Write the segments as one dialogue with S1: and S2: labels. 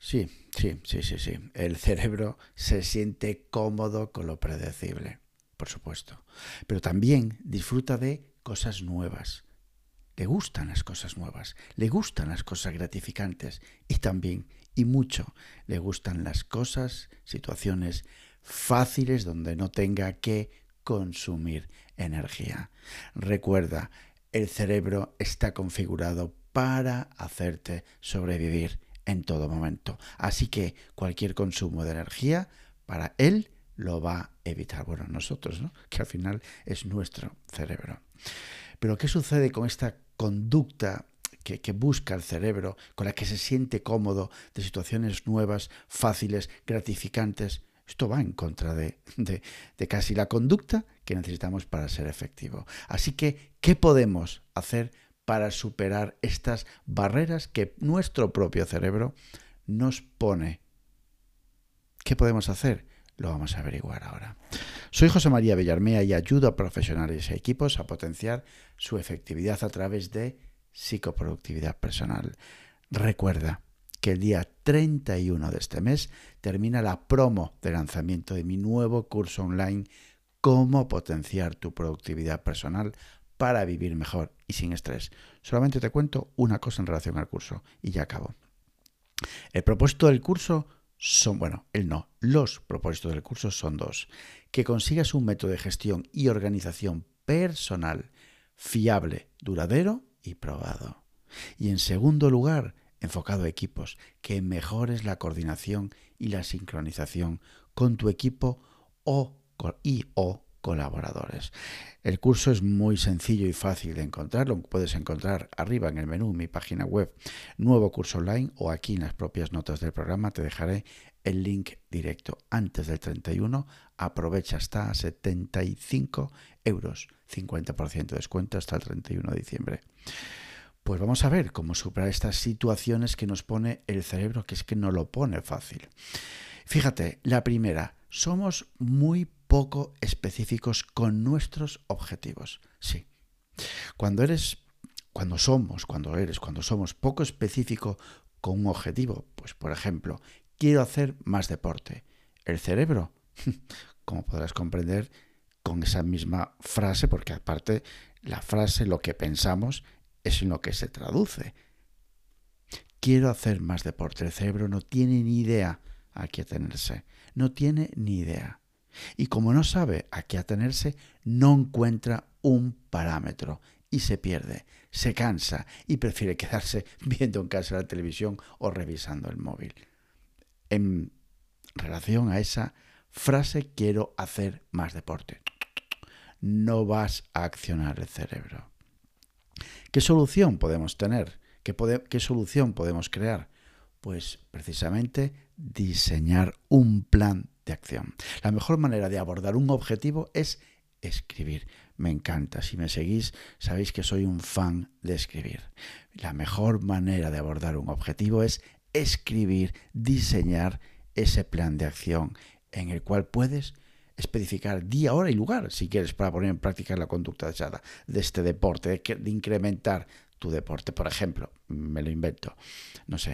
S1: Sí. El cerebro se siente cómodo con lo predecible, por supuesto. Pero también disfruta de cosas nuevas. Le gustan las cosas nuevas, le gustan las cosas gratificantes y también, y mucho, le gustan las cosas, situaciones fáciles donde no tenga que consumir energía. Recuerda, el cerebro está configurado para hacerte sobrevivir en todo momento. Así que cualquier consumo de energía para él lo va a evitar. Bueno, nosotros, ¿no? Que al final es nuestro cerebro. Pero ¿qué sucede con esta conducta que busca el cerebro, con la que se siente cómodo de situaciones nuevas, fáciles, gratificantes? Esto va en contra de casi la conducta que necesitamos para ser efectivo. Así que, ¿qué podemos hacer para superar estas barreras que nuestro propio cerebro nos pone? ¿Qué podemos hacer? Lo vamos a averiguar ahora. Soy José María Bellarmea y ayudo a profesionales y equipos a potenciar su efectividad a través de psicoproductividad personal. Recuerda que el día 31 de este mes termina la promo de lanzamiento de mi nuevo curso online Cómo potenciar tu productividad personal para vivir mejor y sin estrés. Solamente te cuento una cosa en relación al curso y ya acabo. El propósito del curso los propósitos del curso son dos. Que consigas un método de gestión y organización personal fiable, duradero y probado. Y en segundo lugar, enfocado a equipos, que mejores la coordinación y la sincronización con tu equipo o colaboradores. El curso es muy sencillo y fácil de encontrar. Lo puedes encontrar arriba en el menú, mi página web, nuevo curso online, o aquí en las propias notas del programa te dejaré el link directo. Antes del 31, aprovecha, está a 75 euros, 50% de descuento hasta el 31 de diciembre. Pues vamos a ver cómo superar estas situaciones que nos pone el cerebro, que es que no lo pone fácil. Fíjate, la primera, somos muy poco específicos con nuestros objetivos. Sí. Cuando somos poco específico con un objetivo, pues por ejemplo, quiero hacer más deporte. El cerebro, como podrás comprender, con esa misma frase, porque aparte la frase, lo que pensamos, es en lo que se traduce. Quiero hacer más deporte. El cerebro no tiene ni idea a qué atenerse. No tiene ni idea. Y como no sabe a qué atenerse, no encuentra un parámetro y se pierde, se cansa y prefiere quedarse viendo en casa la televisión o revisando el móvil. En relación a esa frase, quiero hacer más deporte, no vas a accionar el cerebro. ¿Qué solución podemos tener? ¿Qué solución podemos crear? Pues precisamente diseñar un plan de acción. La mejor manera de abordar un objetivo es escribir. Me encanta. Si me seguís, sabéis que soy un fan de escribir. La mejor manera de abordar un objetivo es escribir, diseñar ese plan de acción en el cual puedes especificar día, hora y lugar, si quieres, para poner en práctica la conducta deseada de este deporte, de incrementar tu deporte. Por ejemplo, me lo invento, no sé,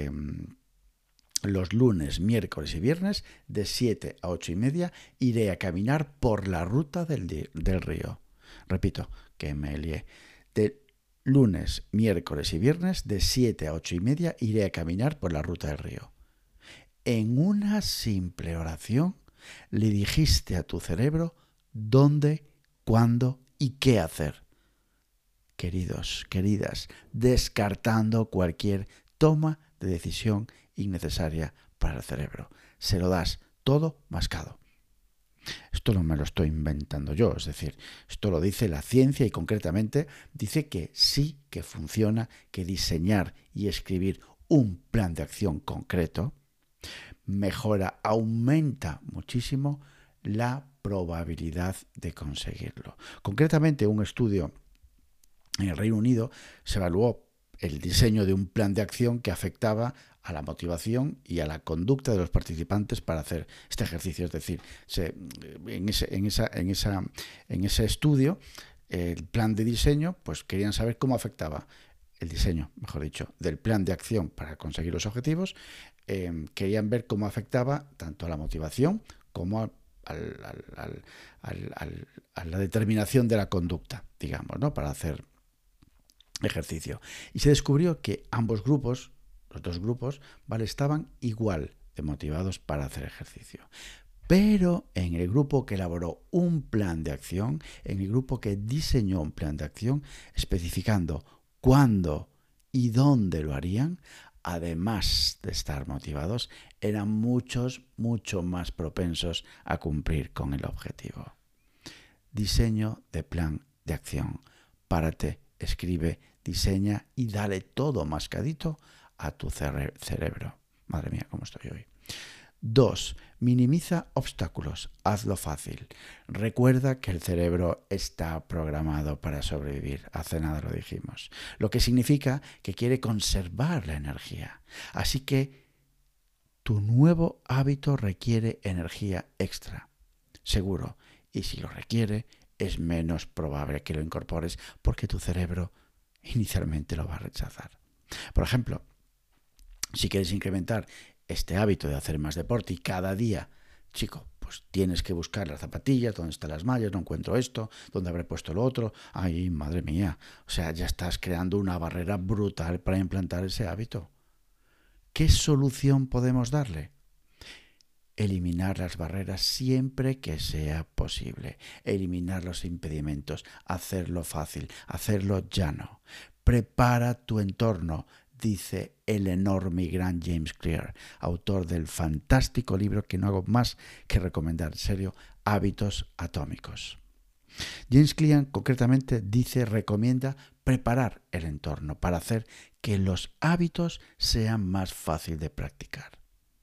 S1: los lunes, miércoles y viernes de 7 a 8 y media iré a caminar por la ruta del río. Repito, que me lié. De lunes, miércoles y viernes de 7 a 8 y media iré a caminar por la ruta del río. En una simple oración le dijiste a tu cerebro dónde, cuándo y qué hacer. Queridos, queridas, descartando cualquier toma de decisión innecesaria para el cerebro. Se lo das todo mascado. Esto no me lo estoy inventando yo, es decir, esto lo dice la ciencia y concretamente dice que sí que funciona, que diseñar y escribir un plan de acción concreto mejora, aumenta muchísimo la probabilidad de conseguirlo. Concretamente, un estudio en el Reino Unido se evaluó el diseño de un plan de acción que afectaba a la motivación y a la conducta de los participantes para hacer este ejercicio. Es decir, en ese estudio, el plan de diseño, pues querían saber cómo afectaba el diseño, mejor dicho, del plan de acción para conseguir los objetivos, querían ver cómo afectaba tanto a la motivación como a la determinación de la conducta, digamos, ¿no? Para hacer ejercicio. Y se descubrió que ambos grupos, los dos grupos, ¿vale?, estaban igual de motivados para hacer ejercicio. Pero en el grupo que elaboró un plan de acción, en el grupo que diseñó un plan de acción, especificando cuándo y dónde lo harían, además de estar motivados, eran mucho más propensos a cumplir con el objetivo. Diseño de plan de acción. Párate, escribe, diseña y dale todo mascadito a tu cerebro. Madre mía, cómo estoy hoy. 2. Minimiza obstáculos. Hazlo fácil. Recuerda que el cerebro está programado para sobrevivir. Hace nada lo dijimos. Lo que significa que quiere conservar la energía. Así que tu nuevo hábito requiere energía extra. Seguro. Y si lo requiere, es menos probable que lo incorpores porque tu cerebro inicialmente lo va a rechazar. Por ejemplo, si quieres incrementar este hábito de hacer más deporte y cada día, chico, pues tienes que buscar las zapatillas, dónde están las mallas, no encuentro esto, dónde habré puesto lo otro, ay, madre mía, o sea, ya estás creando una barrera brutal para implantar ese hábito. ¿Qué solución podemos darle? Eliminar las barreras siempre que sea posible, eliminar los impedimentos, hacerlo fácil, hacerlo llano. Prepara tu entorno, dice el enorme y gran James Clear, autor del fantástico libro que no hago más que recomendar, en serio, Hábitos Atómicos. James Clear concretamente recomienda preparar el entorno para hacer que los hábitos sean más fáciles de practicar.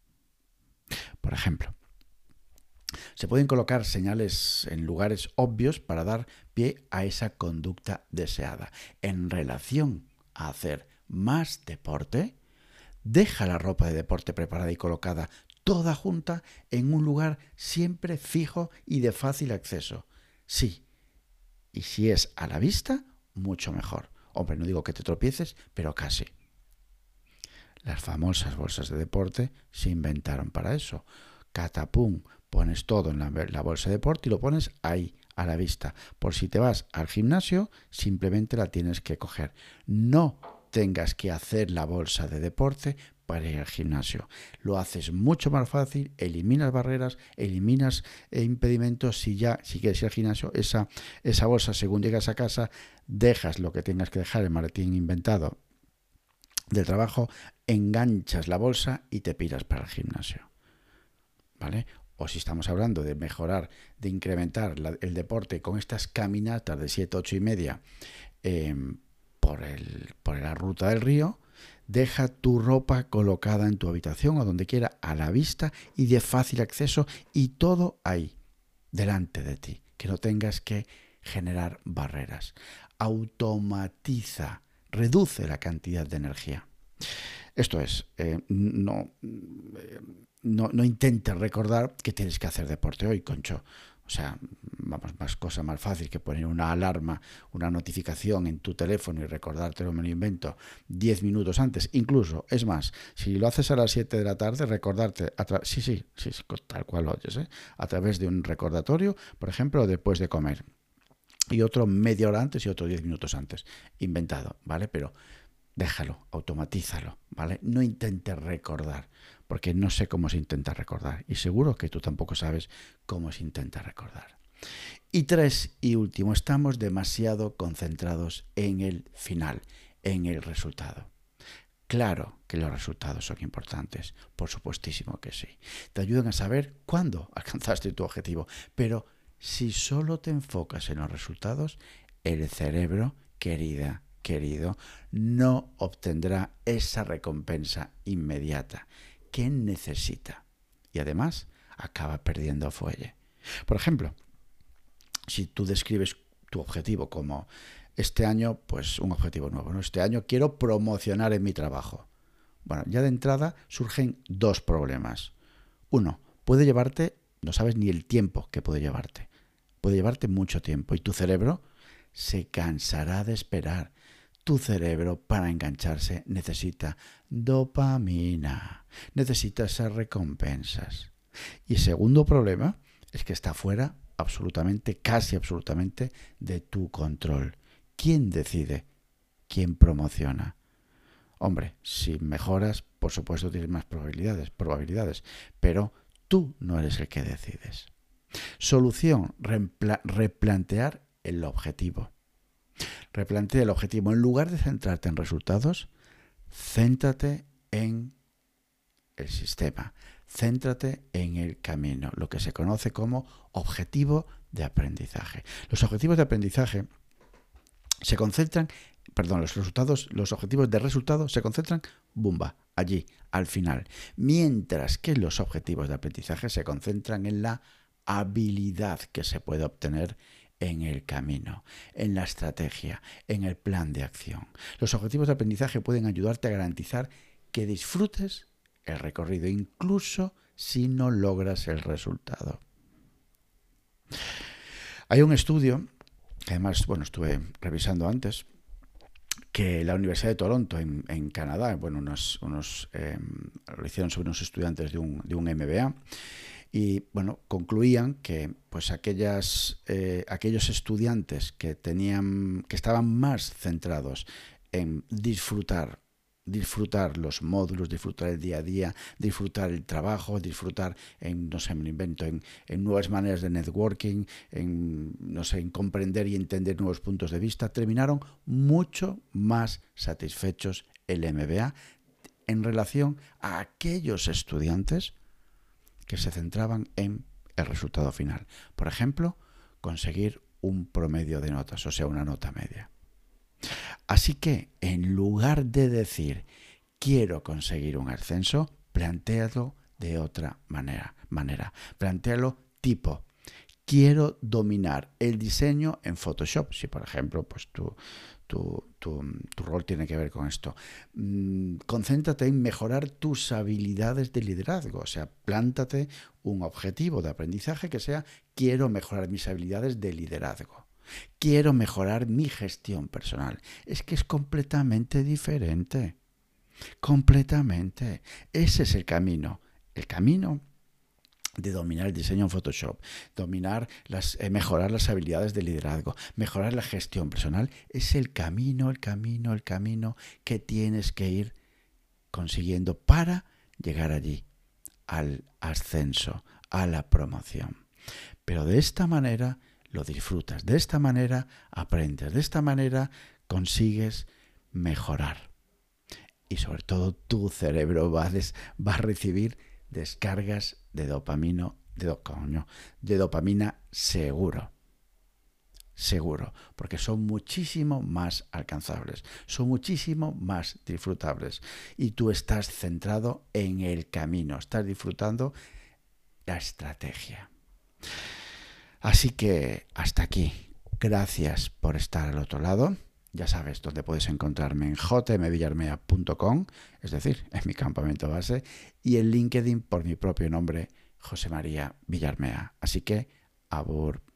S1: Por ejemplo, se pueden colocar señales en lugares obvios para dar pie a esa conducta deseada. En relación a hacer más deporte, deja la ropa de deporte preparada y colocada toda junta en un lugar siempre fijo y de fácil acceso. Sí, y si es a la vista, mucho mejor. Hombre, no digo que te tropieces, pero casi. Las famosas bolsas de deporte se inventaron para eso. Catapum, pones todo en la bolsa de deporte y lo pones ahí, a la vista. Por si te vas al gimnasio, simplemente la tienes que coger. No tengas que hacer la bolsa de deporte para ir al gimnasio. Lo haces mucho más fácil, eliminas barreras, eliminas impedimentos. Si quieres ir al gimnasio, esa bolsa, según llegas a casa, dejas lo que tengas que dejar, el maletín inventado del trabajo, enganchas la bolsa y te piras para el gimnasio, ¿vale? O si estamos hablando de mejorar, de incrementar el deporte con estas caminatas de 7, 8 y media por la ruta del río, deja tu ropa colocada en tu habitación o donde quiera, a la vista y de fácil acceso, y todo ahí, delante de ti, que no tengas que generar barreras. Automatiza, reduce la cantidad de energía. Esto es, no intentes recordar que tienes que hacer deporte hoy, concho. O sea, vamos, más cosa más fácil que poner una alarma, una notificación en tu teléfono y recordártelo, me lo invento, 10 minutos antes. Incluso, es más, si lo haces a las 7 de la tarde, recordarte, sí, tal cual lo oyes, a través de un recordatorio, por ejemplo, después de comer. Y otro media hora antes y otro 10 minutos antes. Inventado, ¿vale? Pero déjalo, automatízalo, ¿vale? No intentes recordar, porque no sé cómo se intenta recordar. Y seguro que tú tampoco sabes cómo se intenta recordar. Y 3 y último, estamos demasiado concentrados en el final, en el resultado. Claro que los resultados son importantes, por supuestísimo que sí. Te ayudan a saber cuándo alcanzaste tu objetivo, pero si solo te enfocas en los resultados, el cerebro, querido, no obtendrá esa recompensa inmediata que necesita. Y además, acaba perdiendo fuelle. Por ejemplo, si tú describes tu objetivo como este año, pues un objetivo nuevo, ¿no? Este año quiero promocionar en mi trabajo. Bueno, ya de entrada surgen 2 problemas. 1, puede llevarte, no sabes ni el tiempo que puede llevarte. Puede llevarte mucho tiempo y tu cerebro se cansará de esperar. Tu cerebro, para engancharse, necesita dopamina, necesita esas recompensas. Y el segundo problema es que está fuera absolutamente, casi absolutamente, de tu control. ¿Quién decide? ¿Quién promociona? Hombre, si mejoras, por supuesto tienes más probabilidades, pero tú no eres el que decides. Solución, replantear el objetivo. Replantea el objetivo. En lugar de centrarte en resultados, céntrate en el sistema. Céntrate en el camino, lo que se conoce como objetivo de aprendizaje. Los objetivos de aprendizaje se concentran, los objetivos de resultado se concentran, ¡bumba!, allí, al final. Mientras que los objetivos de aprendizaje se concentran en la habilidad que se puede obtener en el camino, en la estrategia, en el plan de acción. Los objetivos de aprendizaje pueden ayudarte a garantizar que disfrutes el recorrido, incluso si no logras el resultado. Hay un estudio, que además, estuve revisando antes, que la Universidad de Toronto, en Canadá, lo hicieron sobre unos estudiantes de un MBA, y concluían que pues aquellos estudiantes que estaban más centrados en disfrutar los módulos, disfrutar el día a día, disfrutar el trabajo, disfrutar en nuevas maneras de networking, en comprender y entender nuevos puntos de vista, terminaron mucho más satisfechos el MBA en relación a aquellos estudiantes que se centraban en el resultado final. Por ejemplo, conseguir un promedio de notas, o sea, una nota media. Así que, en lugar de decir quiero conseguir un ascenso, plantéalo de otra manera. Plantéalo tipo, quiero dominar el diseño en Photoshop. Si, por ejemplo, pues tu rol tiene que ver con esto. Concéntrate en mejorar tus habilidades de liderazgo. O sea, plántate un objetivo de aprendizaje que sea quiero mejorar mis habilidades de liderazgo. Quiero mejorar mi gestión personal. Es que es completamente diferente. Completamente. Ese es el camino. El camino de dominar el diseño en Photoshop, mejorar las habilidades de liderazgo, mejorar la gestión personal, es el camino que tienes que ir consiguiendo para llegar allí, al ascenso, a la promoción. Pero de esta manera lo disfrutas, de esta manera aprendes, de esta manera consigues mejorar. Y sobre todo tu cerebro va a recibir descargas de dopamina seguro, porque son muchísimo más alcanzables, son muchísimo más disfrutables y tú estás centrado en el camino, estás disfrutando la estrategia. Así que hasta aquí, gracias por estar al otro lado. Ya sabes dónde puedes encontrarme en jmvillarmea.com, es decir, en mi campamento base, y en LinkedIn por mi propio nombre, José María Villarmea. Así que, abur.